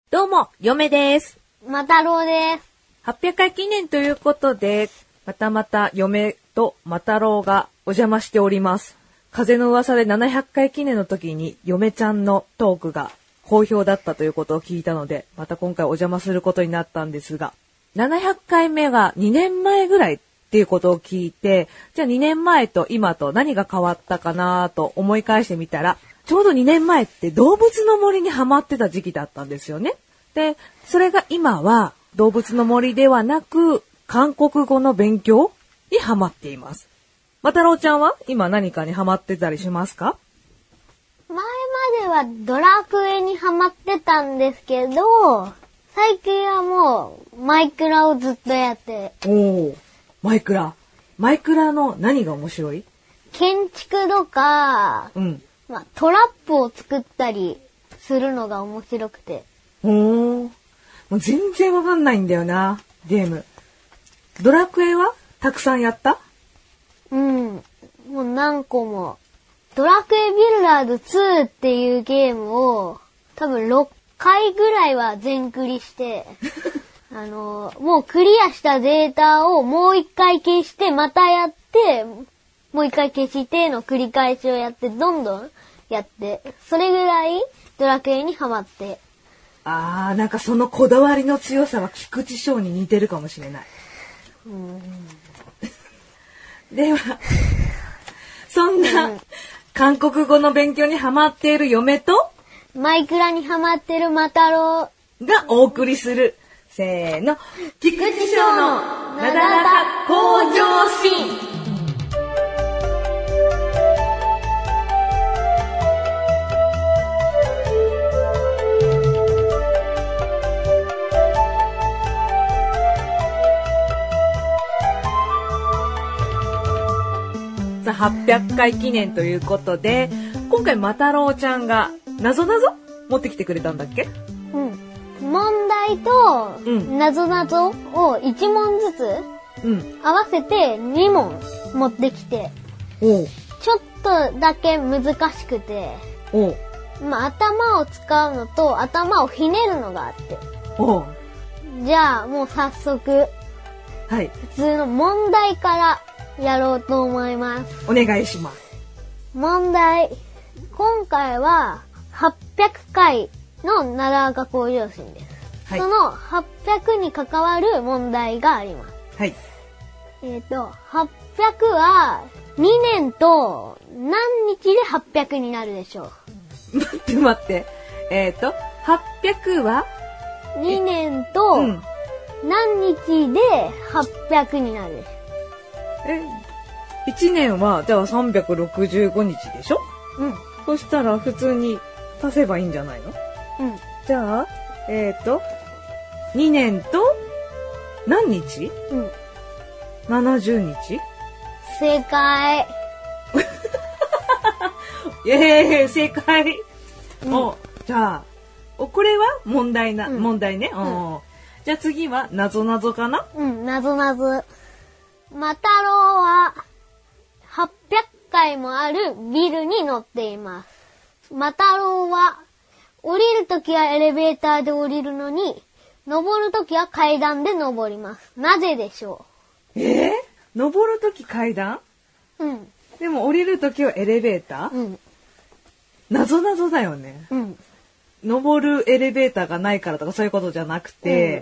どうも、嫁です。 またろうです。 800回記念ということで、また嫁とまたろうがお邪魔しております。風の噂で700回記念の時に嫁ちゃんのトークが好評だったということを聞いたので、また今回お邪魔することになったんですが、700回目が2年前ぐらいっていうことを聞いて、じゃあ2年前と今と何が変わったかなと思い返してみたら、ちょうど2年前って動物の森にハマってた時期だったんですよね。で、それが今は動物の森ではなく韓国語の勉強にハマっています。またろうちゃんは今何かにハマってたりしますか？ 前まではドラクエにハマってたんですけど、最近はもうマイクラをずっとやって。 おー、マイクラの何が面白い？ 建築とか、トラップを作ったりするのが面白くて。 もう全然わかんないんだよな、ゲーム。ドラクエはたくさんやった？ もう何個も。ドラクエビルダーズ2っていうゲームを多分6回ぐらいは全クリして、もうクリアしたデータをもう一回消してまたやって、もう一回消しての繰り返しをやって、どんどんやって、それぐらいドラクエにハマって。 なんかそのこだわりの強さは菊池翔に似てるかもしれない。では、そんな韓国語の勉強にハマっている嫁とマイクラにハマってるまたろうがお送りする、せーの、菊池翔のなだらか向上心。800回記念ということで、今回またろうちゃんがなぞなぞ持ってきてくれたんだっけ？ 問題となぞなぞを1問ずつ合わせて2問持ってきて、ちょっとだけ難しくて、頭を使うのと頭をひねるのがあって。じゃあもう早速、普通の問題からやろうと思います。 お願いします。 問題。今回は800回のなだらか向上心です。その800に関わる問題があります。800は2年と何日で800になるでしょう。待って。800は 2年と何日で800になるでしょう。 1年はじゃあ365日でしょ？そしたら普通に足せばいいんじゃないの？じゃあ2年と何日？70日？ 正解。 正解。じゃあこれは問題ね。じゃあ次はなぞなぞかな？ なぞなぞ。またろうは800階もあるビルに乗っています。またろうは降りるときはエレベーターで降りるのに、登るときは階段で登ります。なぜでしょう？登るとき階段？でも降りるときはエレベーター？なぞなぞだよね。登るエレベーターがないからとかそういうことじゃなくて、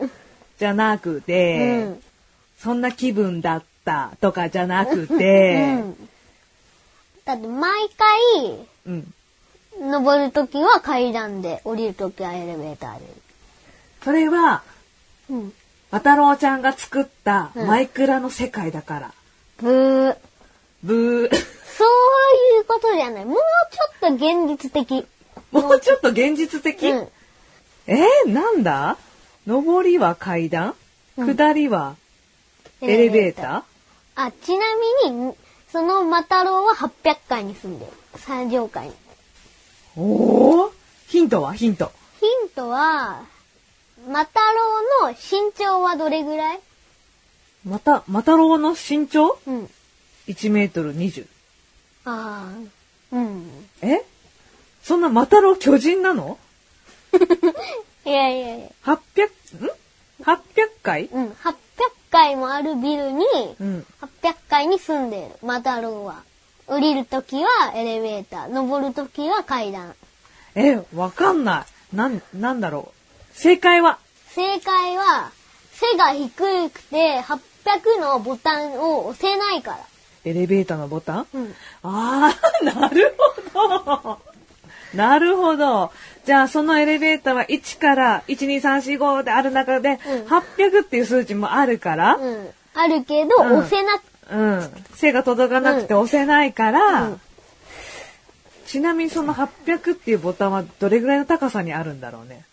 そんな気分だったとかじゃなくて、 だって毎回、登るときは階段で、降りるときはエレベーターで。 それは、またろうちゃんが作ったマイクラの世界だから。 ブー。 そういうことじゃない。もうちょっと現実的。 なんだ？上りは階段？下りはエレベーター？ちなみに、そのマタロウは800階に住んでる。最上階に。 ヒントは？ヒントは、マタロウの身長はどれぐらい？ マタロウの身長？1メートル20。 うん。 そんなマタロウ巨人なの？ いやいやいや。 800階？ うん、800階もあるビルに、800階に住んでる、マタロウは。降りるときはエレベーター、登るときは階段。 わかんない。なんだろう。正解は、 背が低くて、800のボタンを押せないから。 エレベーターのボタン？ うん。 なるほど。なるほど。じゃあそのエレベーターは1から1、2、3、4、5である中で、800っていう数字もあるから。 うん。あるけど、押せなくて。 背が届かなくて押せないから、ちなみにその800っていうボタンはどれぐらいの高さにあるんだろうね。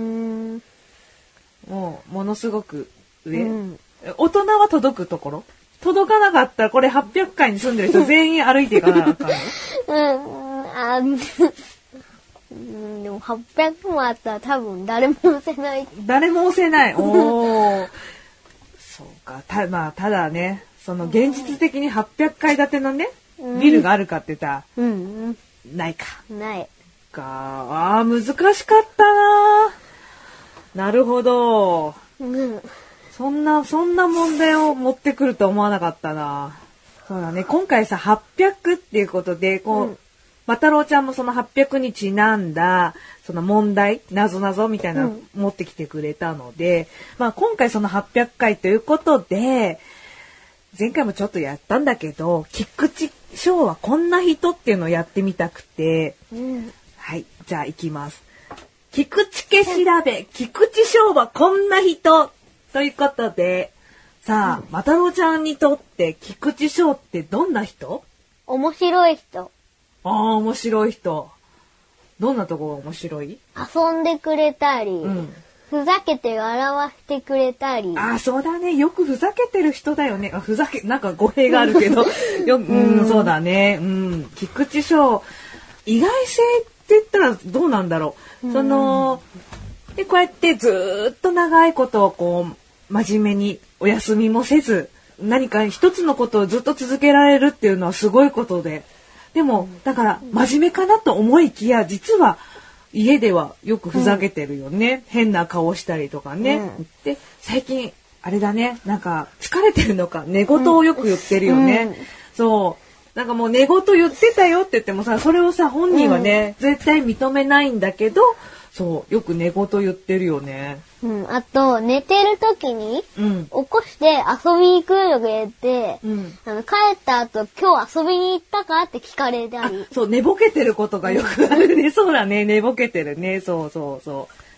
ものすごく上、大人は届くところ？届かなかったらこれ800階に住んでる人全員歩いていかなあかんの？ でも800もあったら多分誰も押せない。 誰も押せない。そうか。ただね、その現実的に800階建てのね、ビルがあるかって言ったら、ないか。 ない。 難しかったな。なるほど。そんな問題を持ってくると思わなかったな。そうだね。今回さ、800っていうことで、マタロウちゃんもその800にちなんだ、その問題、なぞなぞみたいなの持ってきてくれたので、今回その800回ということで、前回もちょっとやったんだけど、菊池翔はこんな人っていうのをやってみたくて、はい、じゃあ行きます。菊池家調べ、菊池翔はこんな人ということで、さあ、マタロウちゃんにとって菊池翔ってどんな人？ 面白い人。 面白い人。どんなとこが面白い？ 遊んでくれたり、ふざけて笑わせてくれたり。 そうだね。よくふざけてる人だよね。なんか語弊があるけど。そうだね。菊池翔。意外性って言ったらどうなんだろう。で、こうやってずーっと長いことを真面目にお休みもせず、何か一つのことをずっと続けられるっていうのはすごいことで。でも、だから真面目かなと思いきや、実は家ではよくふざけてるよね。変な顔したりとかね。で、最近、あれだね、なんか疲れてるのか、寝言をよく言ってるよね。そう。なんかもう寝言言ってたよって言ってもさ、それをさ、本人はね、絶対認めないんだけど、そう、よく寝言言ってるよね。 あと、寝てる時に、起こして遊びに来るのが言って、帰った後、今日遊びに行ったかって聞かれたり。 そう、寝ぼけてることがよくあるね。そうだね、寝ぼけてるね。そう。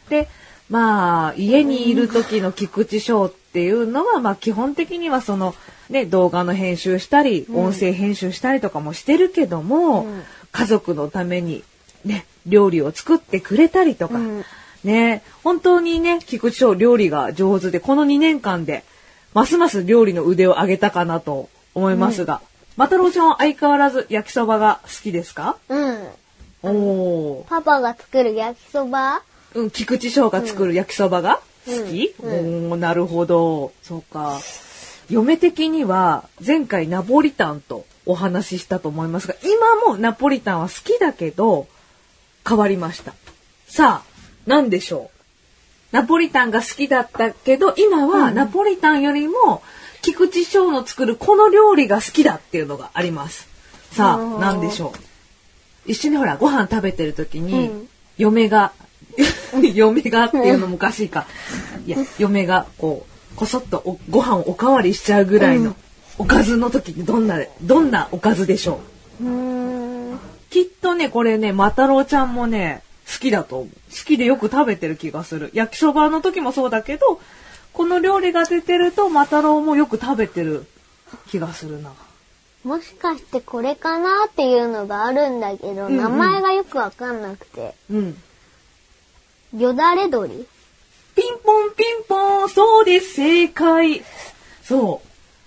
で、家にいる時の菊池翔っていうのは、基本的にはその、ね、動画の編集したり、音声編集したりとかもしてるけども、家族のために、ね、料理を作ってくれたりとか、ね、本当にね、菊池翔料理が上手で、この2年間で、ますます料理の腕を上げたかなと思いますが、マタロウちゃんは相変わらず焼きそばが好きですか？ パパが作る焼きそば？ 菊池翔が作る焼きそばが好き？なるほど。そうか。嫁的には前回ナポリタンとお話ししたと思いますが、今もナポリタンは好きだけど変わりました。さあ、何でしょう。ナポリタンが好きだったけど、今はナポリタンよりも菊池翔の作るこの料理が好きだっていうのがあります。さあ、何でしょう。一緒にほらご飯食べてる時に、嫁がっていうのもおかしいか。いや、嫁がこそっとご飯おかわりしちゃうぐらいのおかずの時にどんなおかずでしょう。きっとね、これね、マタロウちゃんもね、好きだと思う。好きでよく食べてる気がする。焼きそばの時もそうだけど、この料理が出てるとマタロウもよく食べてる気がするな。 もしかしてこれかなっていうのがあるんだけど、名前がよくわかんなくて。よだれ鶏？ ピンポンピンポン、そうです、正解。そう。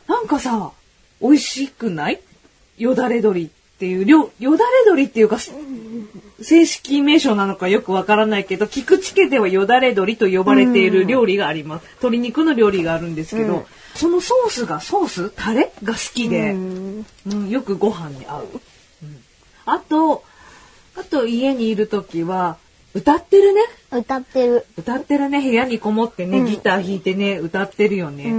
なんかさ、美味しくない？よだれ鶏っていう、よだれ鶏っていうか、正式名称なのかよくわからないけど、菊池家ではよだれ鶏と呼ばれている料理があります。鶏肉の料理があるんですけど、そのソースタレが好きで、よくご飯に合う。あと家にいるときは、 歌ってるね。 歌ってるね。部屋にこもってね、ギター弾いてね、歌ってるよね。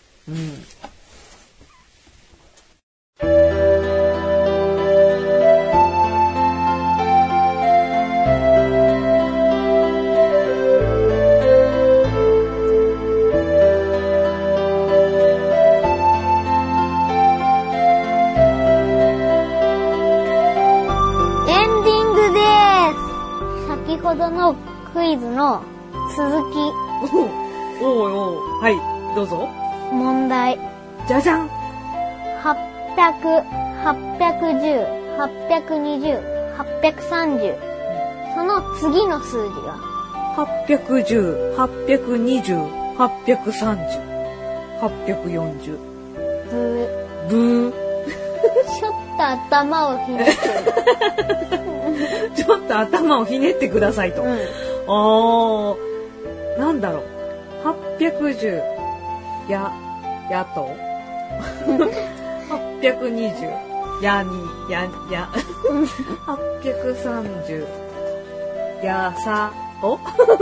先ほどのクイズの続き。 はい、どうぞ。 問題。 じゃじゃん。 800、810、820、830。その次の数字は 810、820、830、840。ブー。 ちょっと頭をひねってる。 ちょっと頭をひねってくださいと。なんだろう。810やと820や830やさと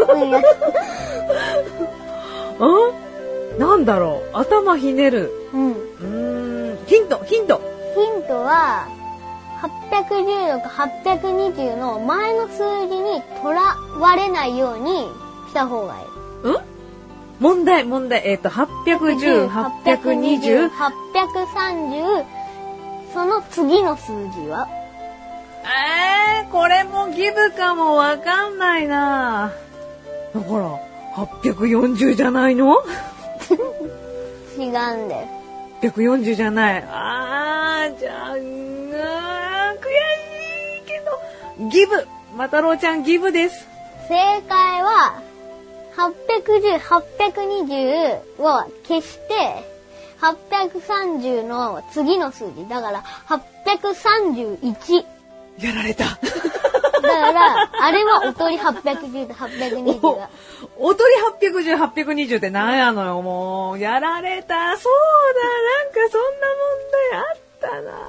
なんだろう。頭ひねる。ヒントは810とか820の前の数字にとらわれないようにした方がいい。 問題。810、820、 830、その次の数字はこれもギブかもわかんないな。だから840じゃないの？ 違うんだよ。 840じゃない。じゃあ悔しいけどギブ。またろうちゃんギブです。 正解は810、820を消して830の次の数字だから831。 やられた。 だからあれはおとり810と820が。 おとり810、820ってなんやのよ、もう。やられた。そうだ、なんかそんな問題あ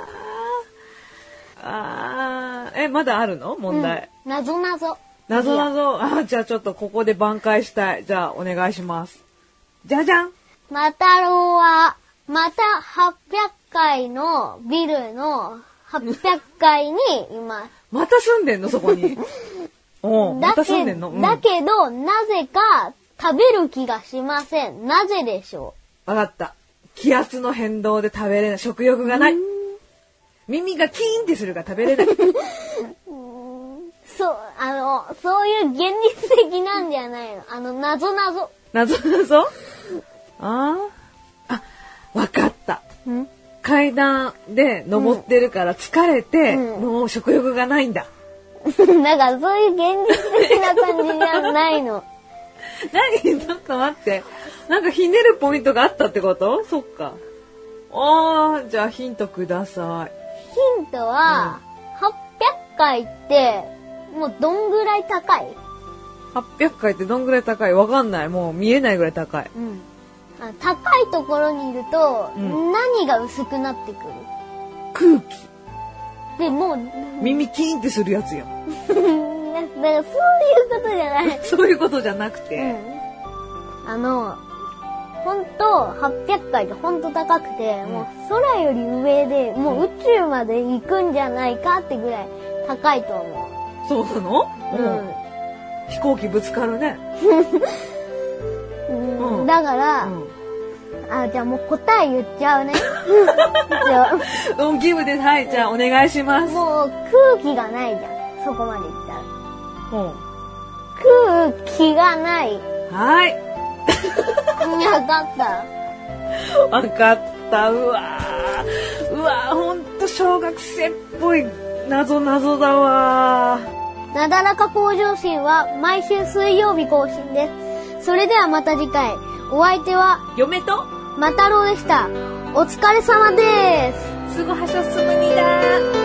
ったな。まだあるの問題。 なぞ。 じゃあちょっとここで挽回したい。じゃあお願いします。じゃじゃん。 またろうは、また800階のビルの800階にいます。 また住んでんのそこに。また住んでんの？ だけど、なぜか食べる気がしません。なぜでしょう？わかった。気圧の変動で食べれない。食欲がない。耳がキーンってするから食べれない。 そういう現実的なんじゃないの。なぞ。 わかった。階段で登ってるから疲れて、もう食欲がないんだ。 だからそういう現実的な感じじゃないの。 何？ちょっと待って。なんかひねるポイントがあったってこと？そっか。じゃあヒントください。 ヒントは、800階ってもうどんぐらい高い？ 800 階ってどんぐらい高い？わかんない。もう見えないぐらい高い。 高いところにいると、何が薄くなってくる？ 空気。 でもう耳キーンってするやつやん。 だからそういうことじゃない。 そういうことじゃなくて、 ほんと800階ってほんと高くて、もう空より上でもう宇宙まで行くんじゃないかってぐらい高いと思う。そうなの？飛行機ぶつかるね。 だから、じゃあもう答え言っちゃうね。 ギブです。はい、じゃあお願いします。 もう空気がないじゃん。そこまで行ったら。空気がない。 はい。わかった。うわほんと小学生っぽい謎だわ。 なだらか向上心は毎週水曜日更新です。それではまた次回。お相手は嫁とまたろうでした。お疲れ様です。 すぐはしょすぐにだ。